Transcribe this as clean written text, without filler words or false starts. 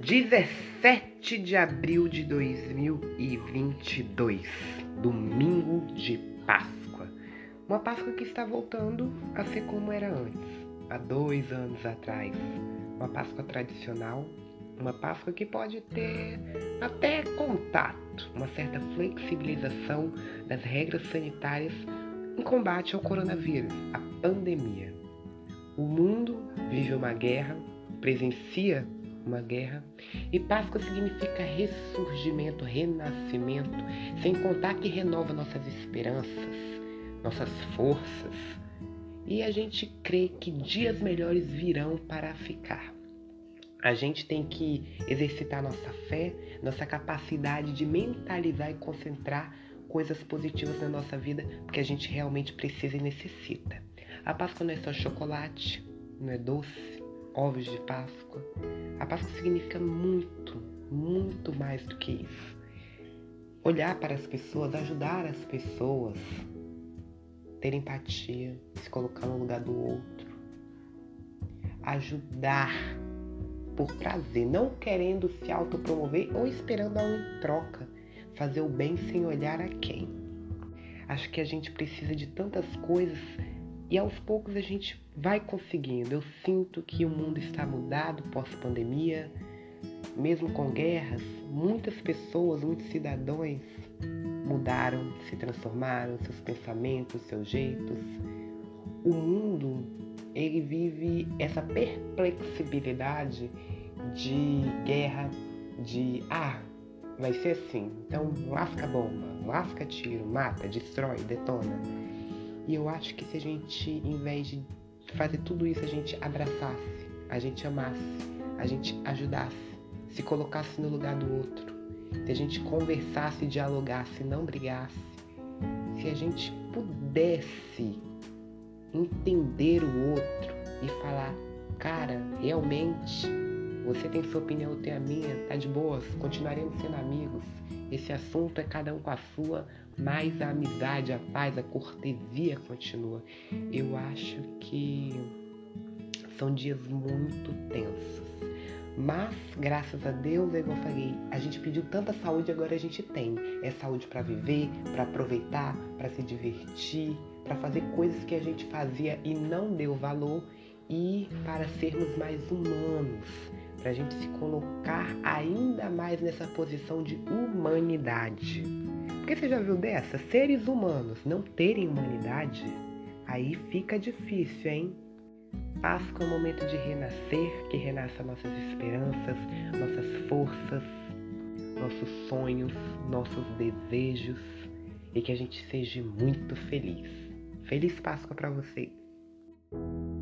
17 de abril de 2022, domingo de Páscoa. Uma Páscoa que está voltando a ser como era antes, há 2 anos atrás. Uma Páscoa tradicional, uma Páscoa que pode ter até contato, uma certa flexibilização das regras sanitárias em combate ao coronavírus, a pandemia. O mundo vive uma guerra, presencia uma guerra, e Páscoa significa ressurgimento, renascimento, sem contar que renova nossas esperanças, nossas forças, e a gente crê que dias melhores virão para ficar. A gente tem que exercitar nossa fé, nossa capacidade de mentalizar e concentrar coisas positivas na nossa vida, porque a gente realmente precisa e necessita. A Páscoa não é só chocolate, não é doce, ovos de Páscoa. A Páscoa significa muito, muito mais do que isso. Olhar para as pessoas, ajudar as pessoas, ter empatia, se colocar no lugar do outro. Ajudar por prazer, não querendo se autopromover ou esperando algo em troca. Fazer o bem sem olhar a quem. Acho que a gente precisa de tantas coisas e aos poucos a gente vai conseguindo. Eu sinto que o mundo está mudado pós-pandemia, mesmo com guerras, muitas pessoas, muitos cidadãos mudaram, se transformaram, seus pensamentos, seus jeitos. O mundo, ele vive essa perplexibilidade de guerra, de vai ser assim, então lasca a bomba, lasca tiro, mata, destrói, detona. E eu acho que se a gente, em vez de fazer tudo isso, a gente abraçasse, a gente amasse, a gente ajudasse, se colocasse no lugar do outro, se a gente conversasse, dialogasse, não brigasse, se a gente pudesse entender o outro e falar, cara, realmente, você tem sua opinião, eu tenho a minha, tá de boas, continuaremos sendo amigos. Esse assunto é cada um com a sua, mas a amizade, a paz, a cortesia continua. Eu acho que são dias muito tensos. Mas, graças a Deus, igual eu falei, a gente pediu tanta saúde, agora a gente tem. É saúde para viver, para aproveitar, para se divertir, para fazer coisas que a gente fazia e não deu valor e para sermos mais humanos, para a gente se colocar ainda mais nessa posição de humanidade. Porque você já viu dessa? Seres humanos não terem humanidade? Aí fica difícil, hein? Páscoa é o momento de renascer, que renasça nossas esperanças, nossas forças, nossos sonhos, nossos desejos, e que a gente seja muito feliz. Feliz Páscoa para vocês!